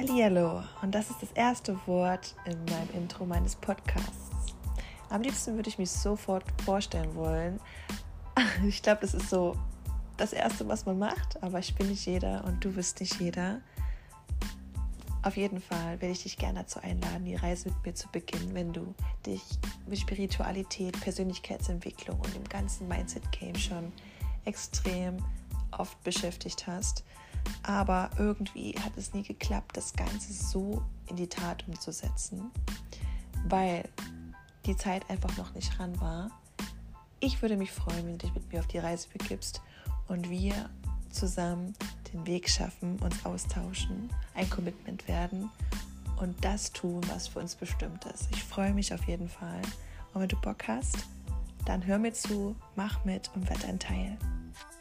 Hallihallo, und das ist das erste Wort in meinem Intro meines Podcasts. Am liebsten würde ich mich sofort vorstellen wollen. Ich glaube, das ist so das Erste, was man macht, aber ich bin nicht jeder und du bist nicht jeder. Auf jeden Fall werde ich dich gerne dazu einladen, die Reise mit mir zu beginnen, wenn du dich mit Spiritualität, Persönlichkeitsentwicklung und dem ganzen Mindset-Game schon extrem oft beschäftigt hast. Aber irgendwie hat es nie geklappt, das Ganze so in die Tat umzusetzen, weil die Zeit einfach noch nicht ran war. Ich würde mich freuen, wenn du dich mit mir auf die Reise begibst und wir zusammen den Weg schaffen, uns austauschen, ein Commitment werden und das tun, was für uns bestimmt ist. Ich freue mich auf jeden Fall. Und wenn du Bock hast, dann hör mir zu, mach mit und werd ein Teil.